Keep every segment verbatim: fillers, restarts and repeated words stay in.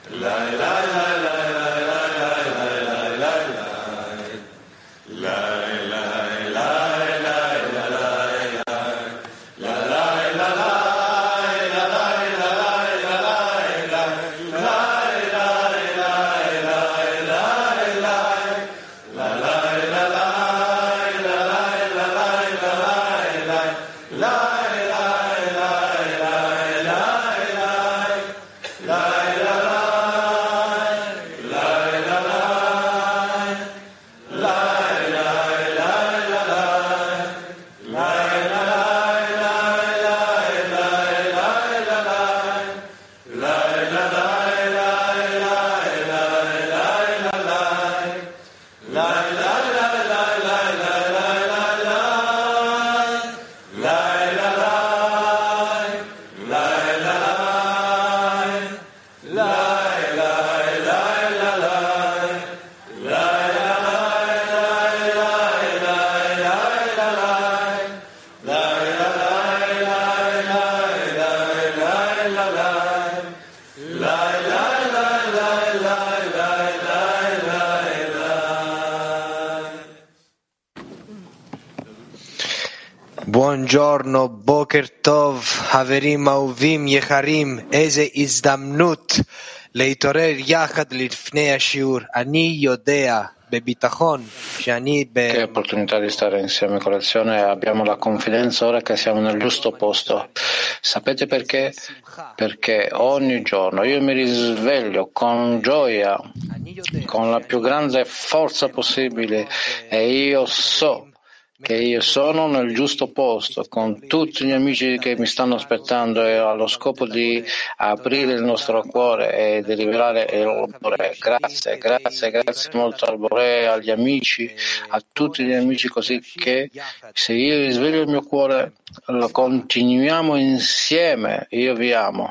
Buongiorno, Boker Tov, Haverim Ahuvim Yecharim, איזה הזדמנות להתעורר יחד לפני השיעור. אני יודע בביטחון שאני ב... Che opportunità di stare insieme con lezione, abbiamo la confidenza ora che siamo nel giusto posto. Sapete perché? Perché ogni giorno io mi risveglio con gioia, con la più grande forza possibile, e io so che io sono nel giusto posto con tutti gli amici che mi stanno aspettando, e allo scopo di aprire il nostro cuore e di rivelare il Bore. Grazie, grazie, grazie molto al Bore, agli amici, a tutti gli amici, così che se io risveglio il mio cuore lo continuiamo insieme. Io vi amo.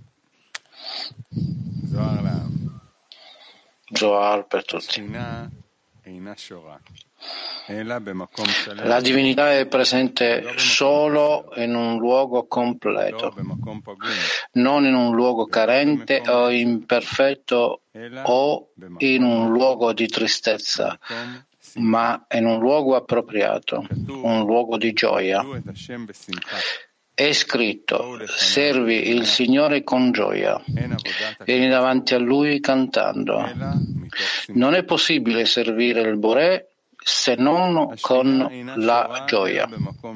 Zohar per tutti. La divinità è presente solo in un luogo completo, non in un luogo carente o imperfetto o in un luogo di tristezza, ma in un luogo appropriato, un luogo di gioia. È scritto: servi il Signore con gioia, vieni davanti a Lui cantando. Non è possibile servire il Boré se non con la gioia.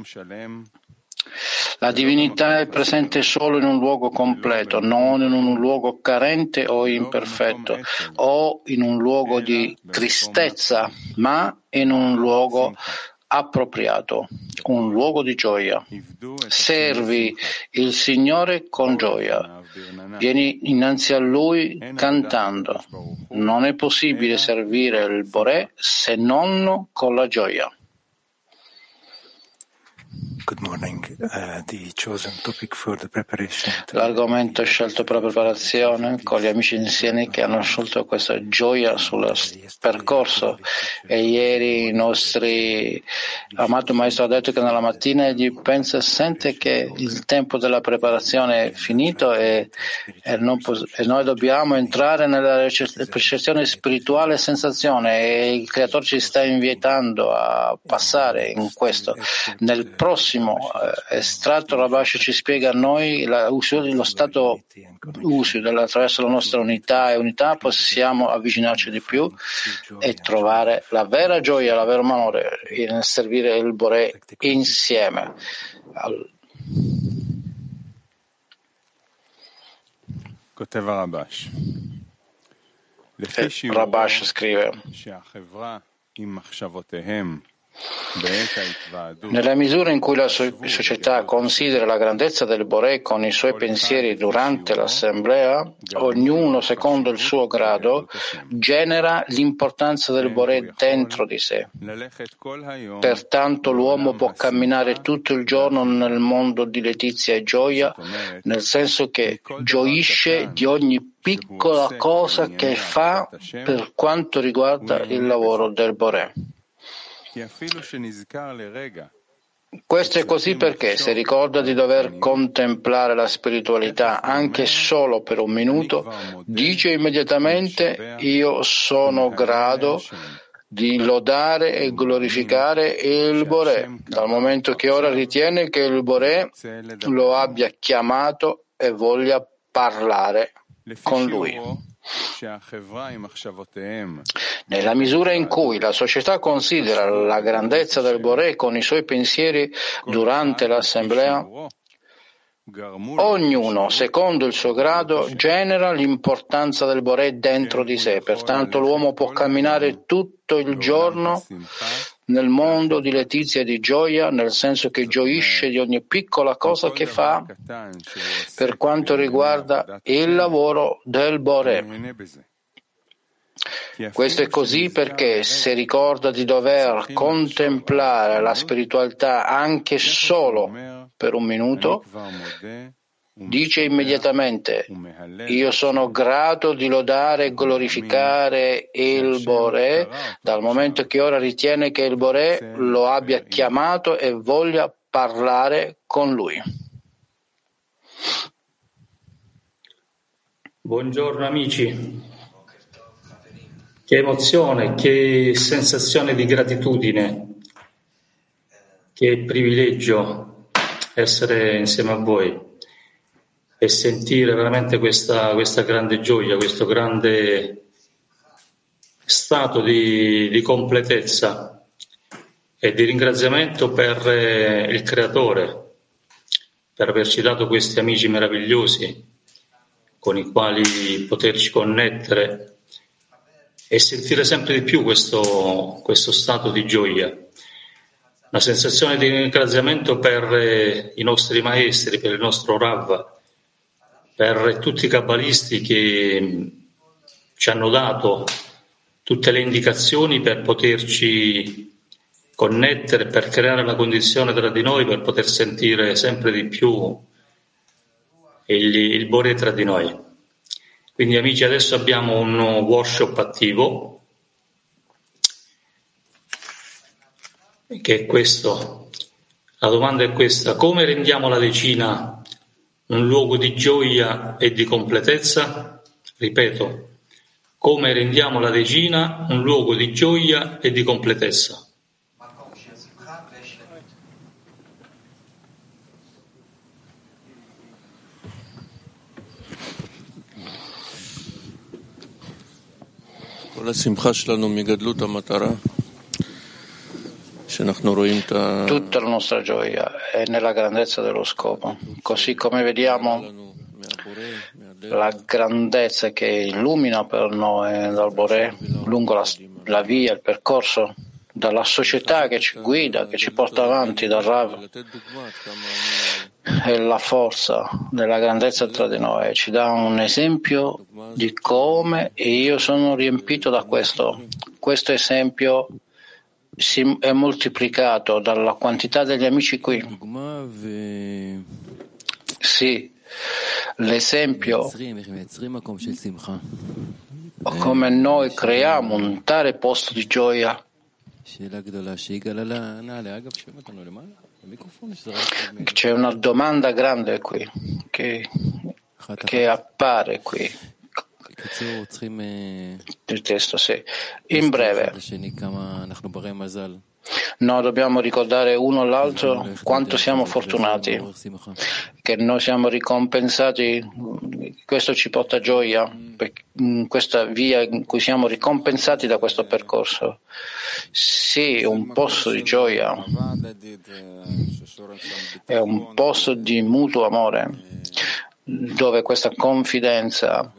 La divinità è presente solo in un luogo completo, non in un luogo carente o imperfetto o in un luogo di tristezza, ma in un luogo appropriato, un luogo di gioia. Servi il Signore con gioia, vieni innanzi a Lui cantando. Non è possibile servire il Boré se non con la gioia. Good morning. Uh, the chosen topic for the preparation. L'argomento scelto per la preparazione, con gli amici insieme che hanno scelto questa gioia sul percorso, e ieri il nostro amato maestro ha detto che nella mattina egli pensa e sente che il tempo della preparazione è finito e, e, non, e noi dobbiamo entrare nella percezione spirituale e sensazione, e il Creatore ci sta invitando a passare in questo. Nel prossimo eh, estratto Rabash ci spiega a noi la, lo stato uso attraverso la nostra unità e unità possiamo avvicinarci di più e trovare la vera gioia, la vera amore in servire il Boré insieme. Al... Rabash scrive: nella misura in cui la società considera la grandezza del Boré con i suoi pensieri durante l'assemblea, ognuno secondo il suo grado genera l'importanza del Boré dentro di sé. Pertanto l'uomo può camminare tutto il giorno nel mondo di letizia e gioia, nel senso che gioisce di ogni piccola cosa che fa per quanto riguarda il lavoro del Boré. Questo è così perché se ricorda di dover contemplare la spiritualità anche solo per un minuto, dice immediatamente: io sono grado di lodare e glorificare il Boré, dal momento che ora ritiene che il Boré lo abbia chiamato e voglia parlare con lui. Nella misura in cui la società considera la grandezza del Boré con i suoi pensieri durante l'assemblea, ognuno, secondo il suo grado, genera l'importanza del Boré dentro di sé. Pertanto l'uomo può camminare tutto il giorno nel mondo di letizia e di gioia, nel senso che gioisce di ogni piccola cosa che fa per quanto riguarda il lavoro del Boré. Questo è così perché se ricorda di dover contemplare la spiritualità anche solo per un minuto, dice immediatamente: io sono grato di lodare e glorificare il Boré, dal momento che ora ritiene che il Boré lo abbia chiamato e voglia parlare con lui. Buongiorno amici. Che emozione, che sensazione di gratitudine, che privilegio essere insieme a voi e sentire veramente questa, questa grande gioia, questo grande stato di, di completezza e di ringraziamento per il Creatore, per averci dato questi amici meravigliosi con i quali poterci connettere e sentire sempre di più questo, questo stato di gioia, una sensazione di ringraziamento per i nostri maestri, per il nostro Rav, per tutti i kabbalisti che ci hanno dato tutte le indicazioni per poterci connettere, per creare la condizione tra di noi, per poter sentire sempre di più il, il Boré tra di noi. Quindi amici, adesso abbiamo un workshop attivo, che è questo. La domanda è questa: come rendiamo la decina un luogo di gioia e di completezza? Ripeto, come rendiamo la decina un luogo di gioia e di completezza? Tutta la nostra gioia è nella grandezza dello scopo, così come vediamo la grandezza che illumina per noi dal Boré lungo la, la via, il percorso, dalla società che ci guida, che ci porta avanti, dal Rav, e la forza della grandezza tra di noi. Ci dà un esempio di come io sono riempito da questo. Questo esempio si è moltiplicato dalla quantità degli amici qui. Sì, l'esempio come noi creiamo un tale posto di gioia. C'è una domanda grande qui che, che appare qui. Il testo, sì. In breve, noi dobbiamo ricordare uno all'altro quanto siamo fortunati, che noi siamo ricompensati. Questo ci porta gioia, in questa via in cui siamo ricompensati da questo percorso. Sì, un posto di gioia, è un posto di mutuo amore, dove questa confidenza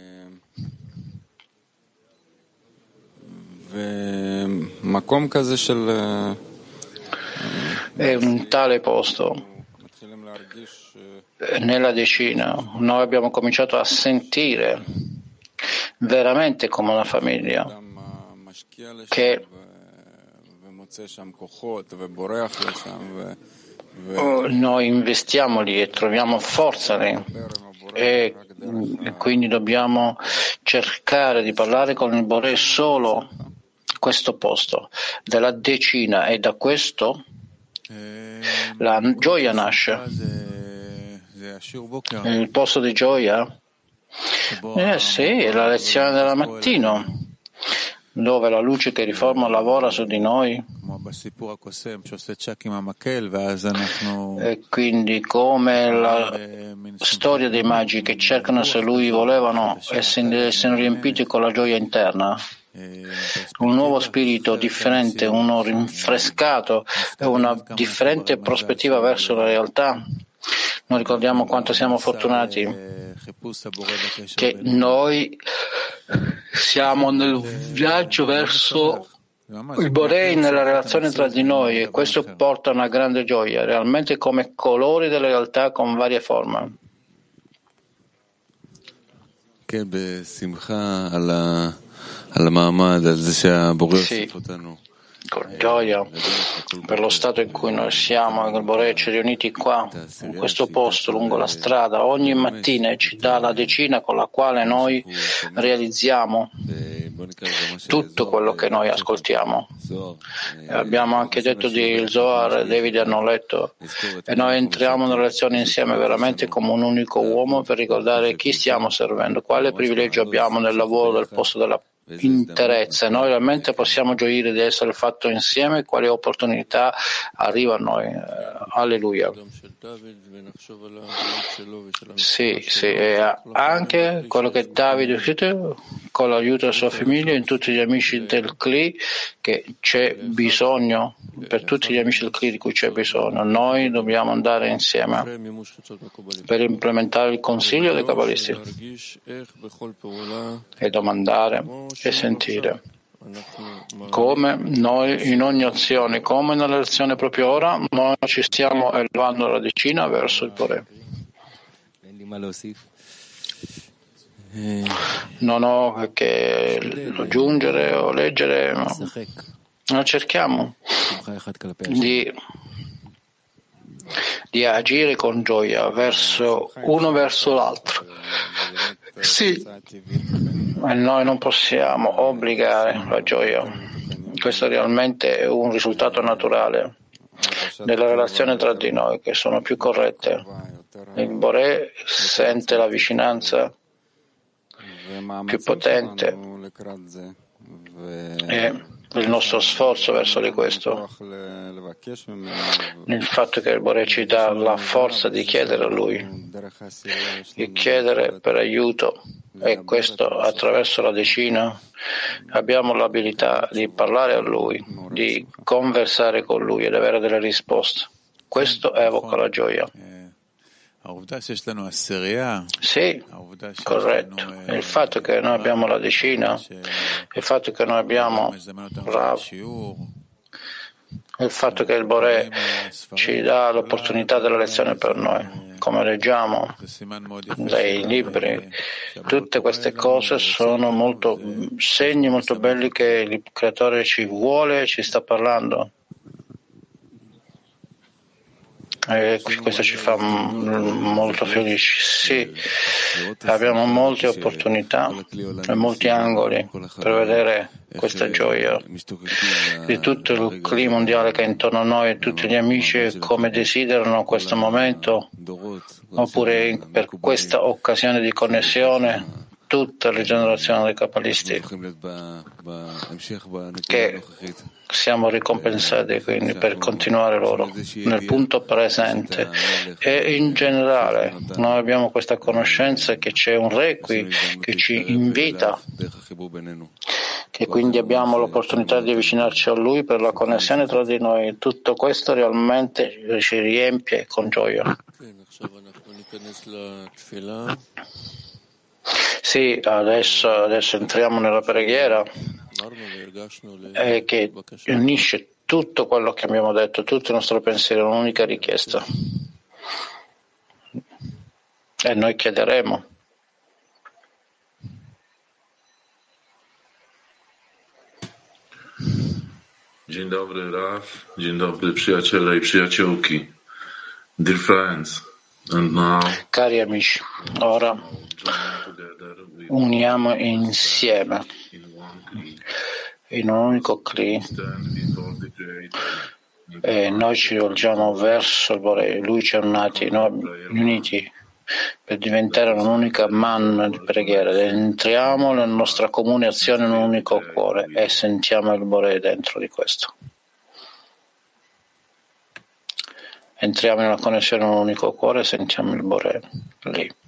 è un tale posto. Nella decina noi abbiamo cominciato a sentire veramente come una famiglia, che noi investiamo lì e troviamo forza lì, e quindi dobbiamo cercare di parlare con il Boré solo questo posto della decina, e da questo la gioia nasce. Il posto di gioia? Eh sì, è la lezione del mattino, dove la luce che riforma lavora su di noi. E quindi come la storia dei magi che cercano se lui volevano e se sono riempiti con la gioia interna. Un nuovo spirito differente, uno rinfrescato e una differente prospettiva verso la realtà. Noi ricordiamo quanto siamo fortunati che noi siamo nel viaggio verso il Borei, nella relazione tra di noi, e questo porta una grande gioia, realmente come colori della realtà con varie forme. Sì, con gioia per lo stato in cui noi siamo, il Borei ci riuniti qua, in questo posto, lungo la strada, ogni mattina, e ci dà la decina con la quale noi realizziamo tutto quello che noi ascoltiamo. E abbiamo anche detto di il Zohar, e David hanno letto, e noi entriamo nella lezione insieme veramente come un unico uomo per ricordare chi stiamo servendo, quale privilegio abbiamo nel lavoro del posto della interezza. Noi realmente possiamo gioire di essere fatto insieme, quali opportunità arrivano a noi. Alleluia. Sì, sì, e anche quello che Davide con l'aiuto della sua famiglia e tutti gli amici del C L I, che c'è bisogno, per tutti gli amici del C L I di cui c'è bisogno. Noi dobbiamo andare insieme per implementare il consiglio dei cabalisti e domandare e sentire come noi in ogni azione, come nella lezione proprio ora, noi ci stiamo elevando la decina verso il Boré. Non ho che aggiungere o leggere, noi cerchiamo di, di agire con gioia verso uno verso l'altro. Sì, e noi non possiamo obbligare la gioia. Questo realmente è un risultato naturale delle relazioni tra di noi che sono più corrette. Il Boré sente la vicinanza più potente e il nostro sforzo verso di questo, il fatto che il Boré ci dà la forza di chiedere a Lui, di chiedere per aiuto, e questo attraverso la decina abbiamo l'abilità di parlare a Lui, di conversare con Lui ed avere delle risposte. Questo evoca la gioia. Sì, corretto. Il fatto che noi abbiamo la decina, il fatto che noi abbiamo Rav, il fatto che il Boré ci dà l'opportunità della lezione per noi, come leggiamo dai libri, tutte queste cose sono molto segni molto belli che il Creatore ci vuole e ci sta parlando. E questo ci fa molto felici. Sì, abbiamo molte opportunità e molti angoli per vedere questa gioia di tutto il clima mondiale che è intorno a noi e tutti gli amici come desiderano questo momento, oppure per questa occasione di connessione tutte le generazioni dei cabalisti, che siamo ricompensati quindi per continuare loro nel punto presente. E in generale noi abbiamo questa conoscenza che c'è un Re qui che ci invita, che quindi abbiamo l'opportunità di avvicinarci a Lui per la connessione tra di noi. Tutto questo realmente ci riempie con gioia. Sì, adesso, adesso entriamo nella preghiera eh, che unisce tutto quello che abbiamo detto, tutto il nostro pensiero in un'unica richiesta. E noi chiederemo. Dzień dobry, Rav. Dzień dobry, przyjaciele i przyjaciółki. Dear friends, and now... Cari amici, ora uniamo insieme in un unico C L I e noi ci volgiamo verso il Bore. Lui ci ha uniti, noi, uniti per diventare un'unica man di preghiera. Entriamo nella nostra comune azione in un unico cuore e sentiamo il Bore dentro di questo. Entriamo in una connessione in un unico cuore e sentiamo il Bore lì.